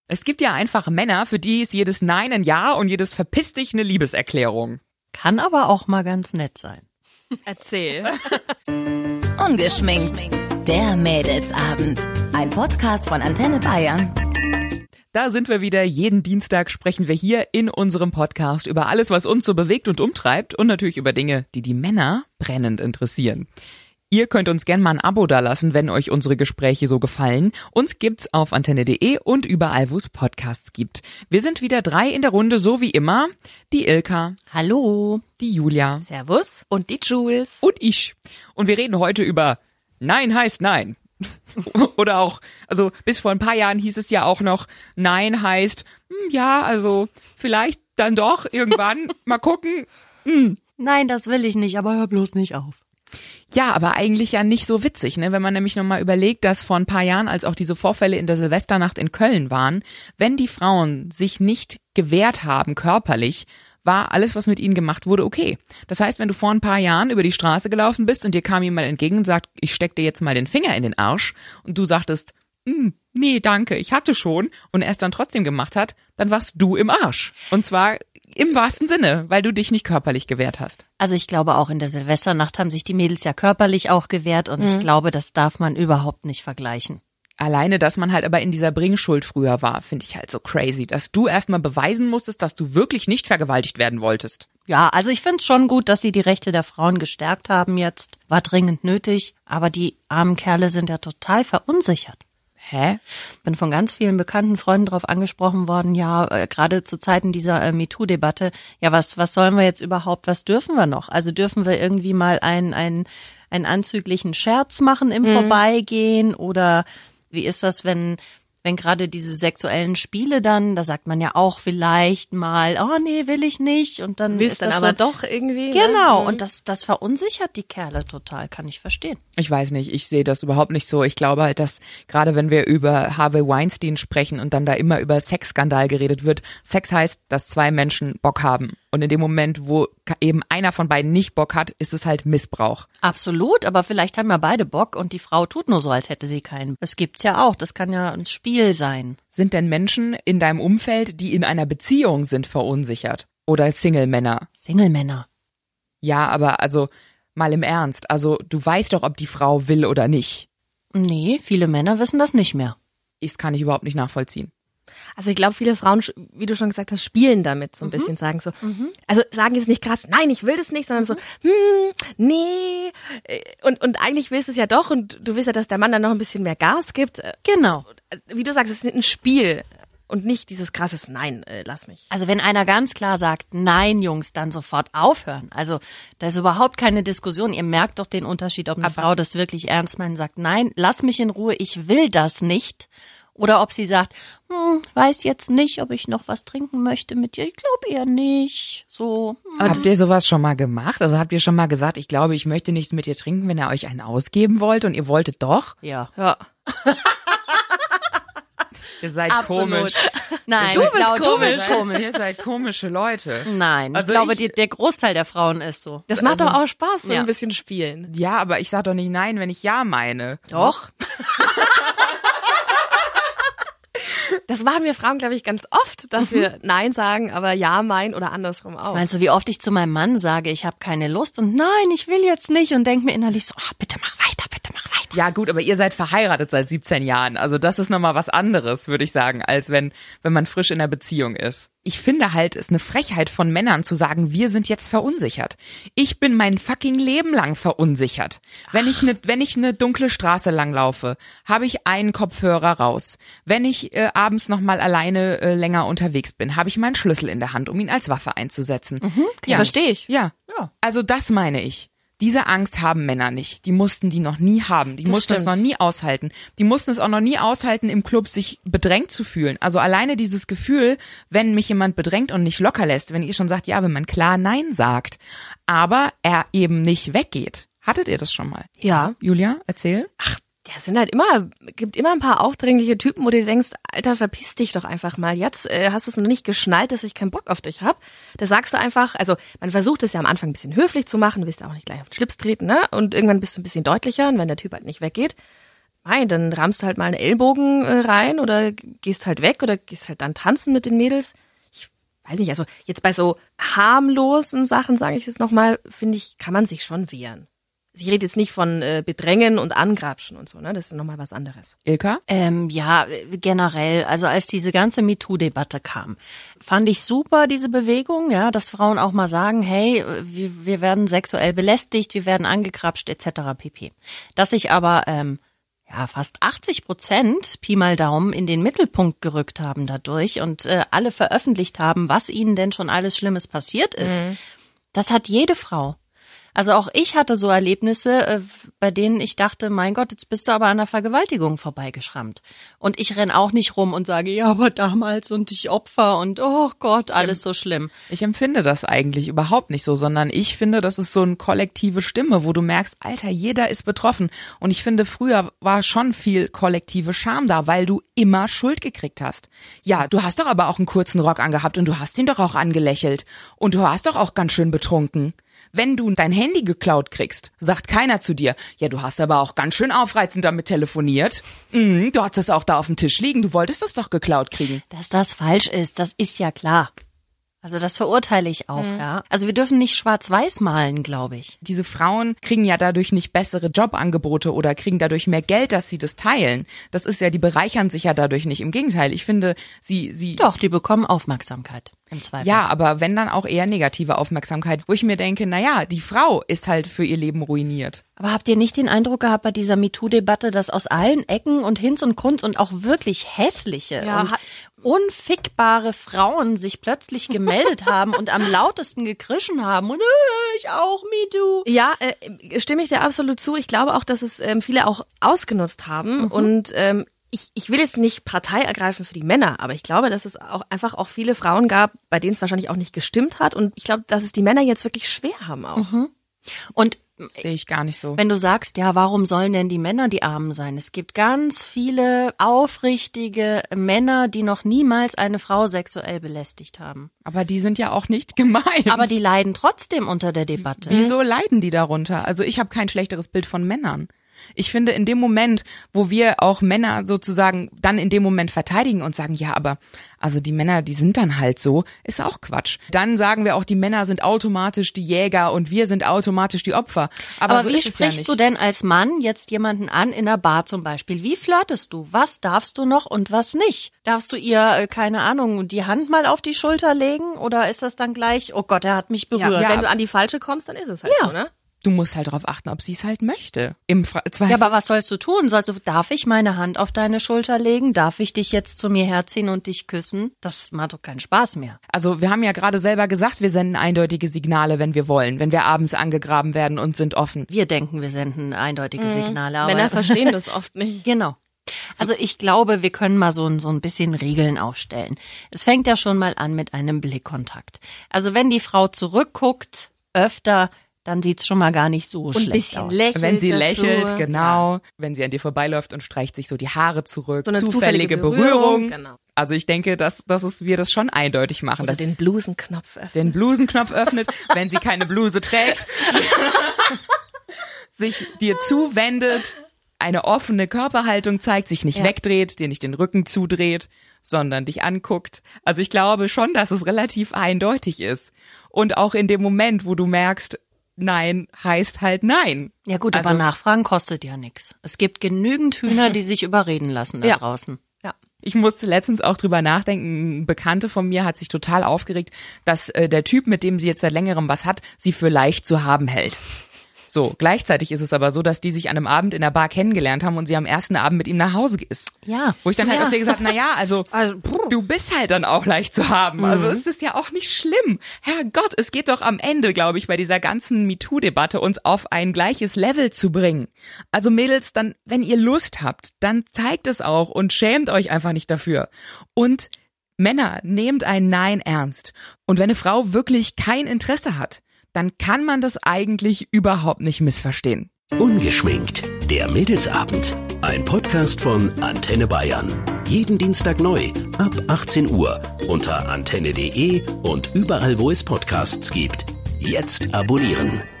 Es gibt ja einfach Männer, für die ist jedes Nein ein Ja und jedes Verpiss dich eine Liebeserklärung. Kann aber auch mal ganz nett sein. Erzähl. Ungeschminkt. Der Mädelsabend. Ein Podcast von Antenne Bayern. Da sind wir wieder. Jeden Dienstag sprechen wir hier in unserem Podcast über alles, was uns so bewegt und umtreibt und natürlich über Dinge, die die Männer brennend interessieren. Ihr könnt uns gerne mal ein Abo dalassen, wenn euch unsere Gespräche so gefallen. Uns gibt's auf antenne.de und überall, wo es Podcasts gibt. Wir sind wieder 3 in der Runde, so wie immer. Die Ilka. Hallo. Die Julia. Servus. Und die Jules. Und ich. Und wir reden heute über Nein heißt Nein. Oder auch, also bis vor ein paar Jahren hieß es ja auch noch, Nein heißt, ja, also vielleicht dann doch irgendwann, mal gucken. Nein, das will ich nicht, aber hör bloß nicht auf. Ja, aber eigentlich ja nicht so witzig, ne? Wenn man nämlich nochmal überlegt, dass vor ein paar Jahren, als auch diese Vorfälle in der Silvesternacht in Köln waren, wenn die Frauen sich nicht gewehrt haben körperlich, war alles, was mit ihnen gemacht wurde, okay. Das heißt, wenn du vor ein paar Jahren über die Straße gelaufen bist und dir kam jemand entgegen und sagt, ich steck dir jetzt mal den Finger in den Arsch und du sagtest, nee, danke, ich hatte schon und er es dann trotzdem gemacht hat, dann warst du im Arsch. Und zwar im wahrsten Sinne, weil du dich nicht körperlich gewehrt hast. Also ich glaube, auch in der Silvesternacht haben sich die Mädels ja körperlich auch gewehrt und ich glaube, das darf man überhaupt nicht vergleichen. Alleine, dass man halt aber in dieser Bringschuld früher war, finde ich halt so crazy, dass du erstmal beweisen musstest, dass du wirklich nicht vergewaltigt werden wolltest. Ja, also ich finde es schon gut, dass sie die Rechte der Frauen gestärkt haben jetzt. War dringend nötig, aber die armen Kerle sind ja total verunsichert. Hä? Bin von ganz vielen bekannten Freunden drauf angesprochen worden, ja, gerade zu Zeiten dieser MeToo-Debatte, ja, was sollen wir jetzt überhaupt, was dürfen wir noch? Also dürfen wir irgendwie mal einen anzüglichen Scherz machen im Vorbeigehen oder wie ist das, wenn gerade diese sexuellen Spiele dann, da sagt man ja auch vielleicht mal, oh nee, will ich nicht und dann Willst ist dann das aber so, doch irgendwie. genau, Ne? und das verunsichert die Kerle total, kann ich verstehen. Ich weiß nicht, ich sehe das überhaupt nicht so. Ich glaube halt, dass gerade wenn wir über Harvey Weinstein sprechen und dann da immer über Sexskandal geredet wird, Sex heißt, dass 2 Menschen Bock haben. Und in dem Moment, wo eben einer von beiden nicht Bock hat, ist es halt Missbrauch. Absolut, aber vielleicht haben ja beide Bock und die Frau tut nur so, als hätte sie keinen. Das gibt's ja auch, das kann ja ein Spiel sein. Sind denn Menschen in deinem Umfeld, die in einer Beziehung sind, verunsichert? Oder Single-Männer? Single-Männer. Ja, aber also mal im Ernst, also du weißt doch, ob die Frau will oder nicht. Nee, viele Männer wissen das nicht mehr. Das kann ich überhaupt nicht nachvollziehen. Also ich glaube, viele Frauen, wie du schon gesagt hast, spielen damit so ein bisschen, sagen so, also sagen jetzt nicht krass, nein, ich will das nicht, sondern so, nee, und eigentlich willst du es ja doch und du willst ja, dass der Mann dann noch ein bisschen mehr Gas gibt. Genau. Wie du sagst, es ist ein Spiel und nicht dieses krasses Nein, lass mich. Also wenn einer ganz klar sagt, nein, Jungs, dann sofort aufhören. Also da ist überhaupt keine Diskussion. Ihr merkt doch den Unterschied, ob eine Frau das wirklich ernst meint und sagt, nein, lass mich in Ruhe, ich will das nicht. Oder ob sie sagt, weiß jetzt nicht, ob ich noch was trinken möchte mit dir. Ich glaube eher nicht. So. Habt ihr sowas schon mal gemacht? Also habt ihr schon mal gesagt, ich glaube, ich möchte nichts mit dir trinken, wenn er euch einen ausgeben wollte und ihr wolltet doch? Ja. Ihr seid Absolut. komisch. Nein, Du bist du komisch. bist komisch. Ihr seid komische Leute. Nein, Also ich glaube, ich- der Großteil der Frauen ist so. Das macht doch auch Spaß, so ja. ein bisschen spielen. Ja, aber ich sag doch nicht nein, wenn ich ja meine. Doch. Das machen wir Frauen, glaube ich, ganz oft, dass wir Nein sagen, aber Ja meinen oder andersrum auch. Meinst du, wie oft ich zu meinem Mann sage, ich habe keine Lust und nein, ich will jetzt nicht und denke mir innerlich so, bitte mach weiter, bitte mach weiter. Ja gut, aber ihr seid verheiratet seit 17 Jahren. Also das ist nochmal was anderes, würde ich sagen, als wenn man frisch in einer Beziehung ist. Ich finde halt, es ist eine Frechheit von Männern zu sagen, wir sind jetzt verunsichert. Ich bin mein fucking Leben lang verunsichert. Wenn ich eine dunkle Straße langlaufe, habe ich einen Kopfhörer raus. Wenn ich abends nochmal alleine länger unterwegs bin, habe ich meinen Schlüssel in der Hand, um ihn als Waffe einzusetzen. Ja, verstehe ich. Ja. Also das meine ich. Diese Angst haben Männer nicht. Die mussten die noch nie haben. Die mussten es noch nie aushalten. Die mussten es auch noch nie aushalten, im Club sich bedrängt zu fühlen. Also alleine dieses Gefühl, wenn mich jemand bedrängt und nicht locker lässt, wenn ihr schon sagt, ja, wenn man klar Nein sagt, aber er eben nicht weggeht. Hattet ihr das schon mal? Ja. Julia, erzähl. Ja, es sind halt gibt immer ein paar aufdringliche Typen, wo du dir denkst, Alter, verpiss dich doch einfach mal. Jetzt hast du es noch nicht geschnallt, dass ich keinen Bock auf dich hab. Da sagst du einfach, also man versucht es ja am Anfang ein bisschen höflich zu machen, du willst ja auch nicht gleich auf den Schlips treten, ne? Und irgendwann bist du ein bisschen deutlicher und wenn der Typ halt nicht weggeht, dann rammst du halt mal einen Ellbogen rein oder gehst halt weg oder gehst halt dann tanzen mit den Mädels. Ich weiß nicht, also jetzt bei so harmlosen Sachen, sage ich jetzt nochmal, finde ich, kann man sich schon wehren. Ich rede jetzt nicht von Bedrängen und Angrapschen und so, ne? Das ist nochmal was anderes. Ilka? Ja, generell, also als diese ganze MeToo-Debatte kam, fand ich super diese Bewegung, ja, dass Frauen auch mal sagen, hey, wir werden sexuell belästigt, wir werden angekrapscht etc. pp. Dass sich aber fast 80%, Pi mal Daumen, in den Mittelpunkt gerückt haben dadurch und alle veröffentlicht haben, was ihnen denn schon alles Schlimmes passiert ist. Das hat jede Frau. Also auch ich hatte so Erlebnisse, bei denen ich dachte, mein Gott, jetzt bist du aber an der Vergewaltigung vorbeigeschrammt. Und ich renn auch nicht rum und sage, ja, aber damals und ich Opfer und oh Gott, alles so schlimm. Ich empfinde das eigentlich überhaupt nicht so, sondern ich finde, das ist so eine kollektive Stimme, wo du merkst, Alter, jeder ist betroffen. Und ich finde, früher war schon viel kollektive Scham da, weil du immer Schuld gekriegt hast. Ja, du hast doch aber auch einen kurzen Rock angehabt und du hast ihn doch auch angelächelt. Und du warst doch auch ganz schön betrunken. Wenn du dein Handy geklaut kriegst, sagt keiner zu dir, ja, du hast aber auch ganz schön aufreizend damit telefoniert. Du hattest es auch da auf dem Tisch liegen, du wolltest das doch geklaut kriegen. Dass das falsch ist, das ist ja klar. Also das verurteile ich auch, ja. Also wir dürfen nicht schwarz-weiß malen, glaube ich. Diese Frauen kriegen ja dadurch nicht bessere Jobangebote oder kriegen dadurch mehr Geld, dass sie das teilen. Das ist ja, die bereichern sich ja dadurch nicht. Im Gegenteil, ich finde, sie Doch, die bekommen Aufmerksamkeit. Im Zweifel. Ja, aber wenn dann auch eher negative Aufmerksamkeit, wo ich mir denke, naja, die Frau ist halt für ihr Leben ruiniert. Aber habt ihr nicht den Eindruck gehabt bei dieser MeToo-Debatte, dass aus allen Ecken und Hinz und Kunz und auch wirklich hässliche und unfickbare Frauen sich plötzlich gemeldet haben und am lautesten gekrischen haben und ich auch, MeToo. Ja, stimme ich dir absolut zu. Ich glaube auch, dass es viele auch ausgenutzt haben und ich will jetzt nicht Partei ergreifen für die Männer, aber ich glaube, dass es auch einfach auch viele Frauen gab, bei denen es wahrscheinlich auch nicht gestimmt hat. Und ich glaube, dass es die Männer jetzt wirklich schwer haben auch. Und sehe ich gar nicht so. Wenn du sagst, ja, warum sollen denn die Männer die Armen sein? Es gibt ganz viele aufrichtige Männer, die noch niemals eine Frau sexuell belästigt haben. Aber die sind ja auch nicht gemeint. Aber die leiden trotzdem unter der Debatte. Wieso leiden die darunter? Also ich habe kein schlechteres Bild von Männern. Ich finde, in dem Moment, wo wir auch Männer sozusagen dann in dem Moment verteidigen und sagen, ja, aber also die Männer, die sind dann halt so, ist auch Quatsch. Dann sagen wir auch, die Männer sind automatisch die Jäger und wir sind automatisch die Opfer. Aber so wie ist es ja nicht. sprichst du denn als Mann jetzt jemanden an in einer Bar zum Beispiel? Wie flirtest du? Was darfst du noch und was nicht? Darfst du ihr, keine Ahnung, die Hand mal auf die Schulter legen oder ist das dann gleich, oh Gott, er hat mich berührt? Ja, wenn du an die falsche kommst, dann ist es halt so, ne? Du musst halt darauf achten, ob sie es halt möchte. Im Zweifel. Ja, aber was sollst du tun? Darf ich meine Hand auf deine Schulter legen? Darf ich dich jetzt zu mir herziehen und dich küssen? Das macht doch keinen Spaß mehr. Also wir haben ja gerade selber gesagt, wir senden eindeutige Signale, wenn wir wollen, wenn wir abends angegraben werden und sind offen. Wir denken, wir senden eindeutige Signale. Aber Männer verstehen das oft nicht. Genau. Also ich glaube, wir können mal so ein bisschen Regeln aufstellen. Es fängt ja schon mal an mit einem Blickkontakt. Also wenn die Frau zurückguckt, öfter, dann sieht's schon mal gar nicht so schlecht aus. Lächelt wenn sie dazu. lächelt, genau. Ja. Wenn sie an dir vorbeiläuft und streicht sich so die Haare zurück. So eine zufällige Berührung. Genau. Also ich denke, dass wir das schon eindeutig machen. Oder dass den Blusenknopf öffnet. Den Blusenknopf öffnet, wenn sie keine Bluse trägt. Sich dir zuwendet, eine offene Körperhaltung zeigt, sich nicht wegdreht, dir nicht den Rücken zudreht, sondern dich anguckt. Also ich glaube schon, dass es relativ eindeutig ist. Und auch in dem Moment, wo du merkst, Nein heißt halt Nein. Ja gut, aber Nachfragen kostet ja nichts. Es gibt genügend Hühner, die sich überreden lassen da draußen. Ja. Ich musste letztens auch drüber nachdenken, eine Bekannte von mir hat sich total aufgeregt, dass der Typ, mit dem sie jetzt seit längerem was hat, sie für leicht zu haben hält. So, gleichzeitig ist es aber so, dass die sich an einem Abend in der Bar kennengelernt haben und sie am ersten Abend mit ihm nach Hause ist. Ja. Wo ich dann halt auch zu ihr gesagt, also du bist halt dann auch leicht zu haben. Also ist es ja auch nicht schlimm. Herrgott, es geht doch am Ende, glaube ich, bei dieser ganzen MeToo-Debatte uns auf ein gleiches Level zu bringen. Also Mädels, dann, wenn ihr Lust habt, dann zeigt es auch und schämt euch einfach nicht dafür. Und Männer, nehmt ein Nein ernst. Und wenn eine Frau wirklich kein Interesse hat, dann kann man das eigentlich überhaupt nicht missverstehen. Ungeschminkt, der Mädelsabend. Ein Podcast von Antenne Bayern. Jeden Dienstag neu, ab 18 Uhr, unter antenne.de und überall, wo es Podcasts gibt. Jetzt abonnieren.